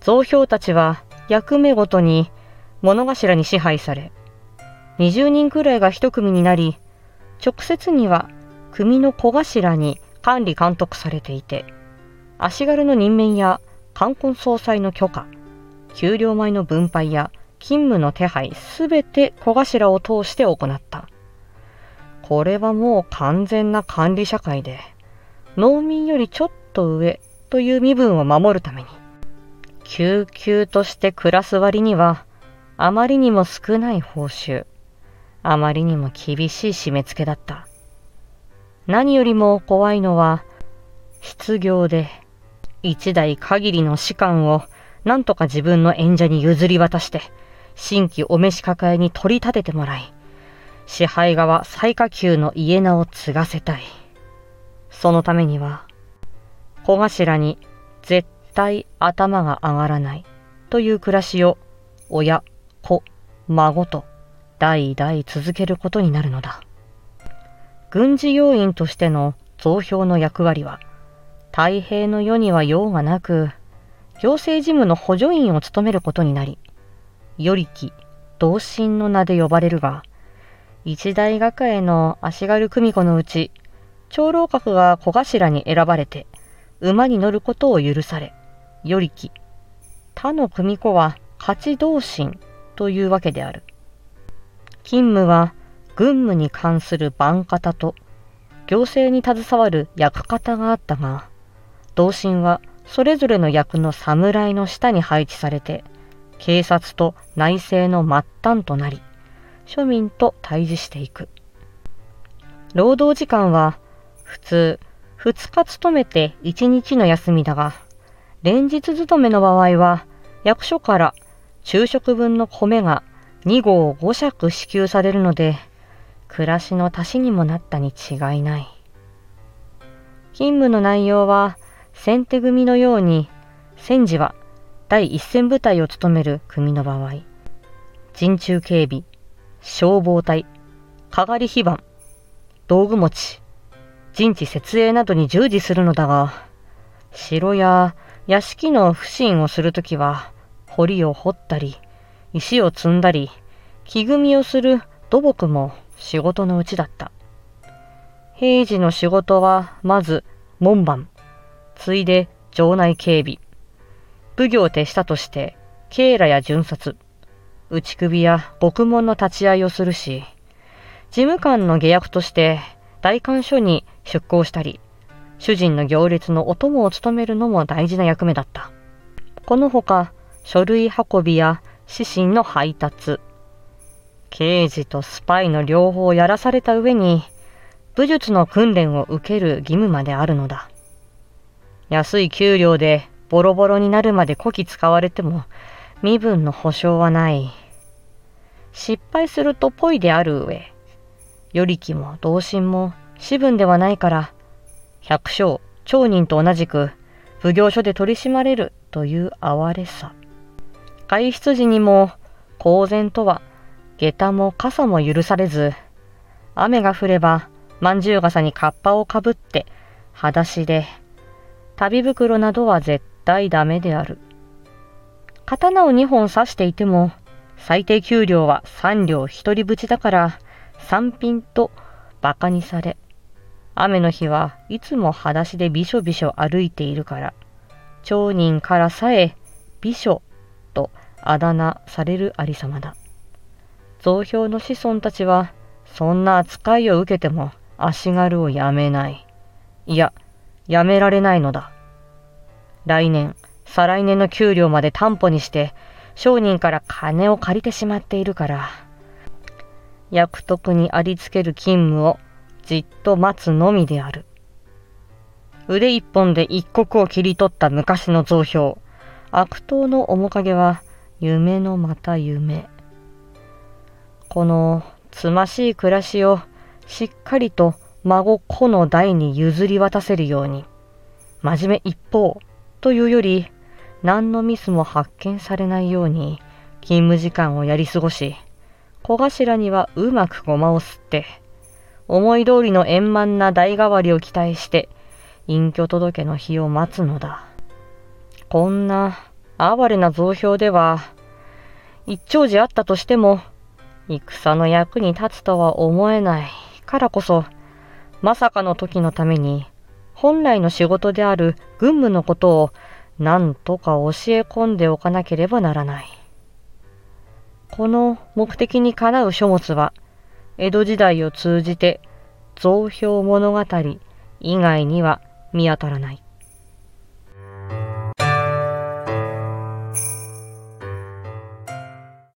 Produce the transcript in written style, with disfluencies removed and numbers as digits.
蔵兵たちは役目ごとに物頭に支配され、20人くらいが一組になり、直接には組の小頭に管理監督されていて、足軽の任免や冠婚葬祭の許可、給料米の分配や勤務の手配すべて小頭を通して行った。これはもう完全な管理社会で、農民よりちょっと上という身分を守るために、級々として暮らす割には、あまりにも少ない報酬、あまりにも厳しい締め付けだった。何よりも怖いのは、失業で一代限りの士官をなんとか自分の縁者に譲り渡して、新規お召し抱えに取り立ててもらい、支配側最下級の家名を継がせたい。そのためには、小頭に絶対頭が上がらないという暮らしを親、子、孫と代々続けることになるのだ。軍事要員としての蔵兵の役割は、太平の世には用がなく、行政事務の補助員を務めることになり、与力、同心の名で呼ばれるが、一代がかえの足軽組子のうち、長老閣が小頭に選ばれて、馬に乗ることを許され、与力、他の組子は勝ち同心というわけである。勤務は軍務に関する番方と、行政に携わる役方があったが、同心はそれぞれの役の侍の下に配置されて、警察と内政の末端となり、庶民と対峙していく。労働時間は普通2日勤めて1日の休みだが、連日勤めの場合は役所から昼食分の米が2合5尺支給されるので、暮らしの足しにもなったに違いない。勤務の内容は先手組のように、戦時は第一線部隊を務める組の場合、陣中警備、消防隊、かがり非番、道具持ち、陣地設営などに従事するのだが、城や屋敷の普請をするときは、堀を掘ったり、石を積んだり、木組みをする土木も仕事のうちだった。平時の仕事はまず門番、ついで城内警備、奉行手下として警らや巡察、打首や獄門の立ち会いをするし、事務官の下役として代官所に出向したり、主人の行列のお供を務めるのも大事な役目だった。このほか、書類運びや指針の配達、刑事とスパイの両方をやらされた上に、武術の訓練を受ける義務まであるのだ。安い給料でボロボロになるまでこき使われても身分の保証はない。失敗するとポイである上、与力も同心も私分ではないから、百姓、町人と同じく奉行所で取り締まれるという哀れさ。外出時にも公然とは下駄も傘も許されず、雨が降ればまんじゅう傘にカッパをかぶって裸足で、旅袋などは絶対ダメである。刀を2本刺していても、最低給料は3両一人ぶちだから三品と馬鹿にされ、雨の日はいつも裸足でびしょびしょ歩いているから、町人からさえびしょとあだ名されるありさまだ。蔵兵の子孫たちはそんな扱いを受けても足軽をやめない。いや、やめられないのだ。来年、再来年の給料まで担保にして商人から金を借りてしまっているから、役得にありつける勤務をじっと待つのみである。腕一本で一国を切り取った昔の蔵兵、悪党の面影は夢のまた夢。このつましい暮らしをしっかりと孫子の代に譲り渡せるように、真面目一方というより、何のミスも発見されないように勤務時間をやり過ごし、小頭にはうまくごまをすって、思い通りの円満な代替わりを期待して、隠居届の日を待つのだ。こんな哀れな増票では、一長寺あったとしても、戦の役に立つとは思えないからこそ、まさかの時のために、本来の仕事である軍務のことを何とか教え込んでおかなければならない。この目的にかなう書物は、江戸時代を通じて増票物語以外には見当たらない。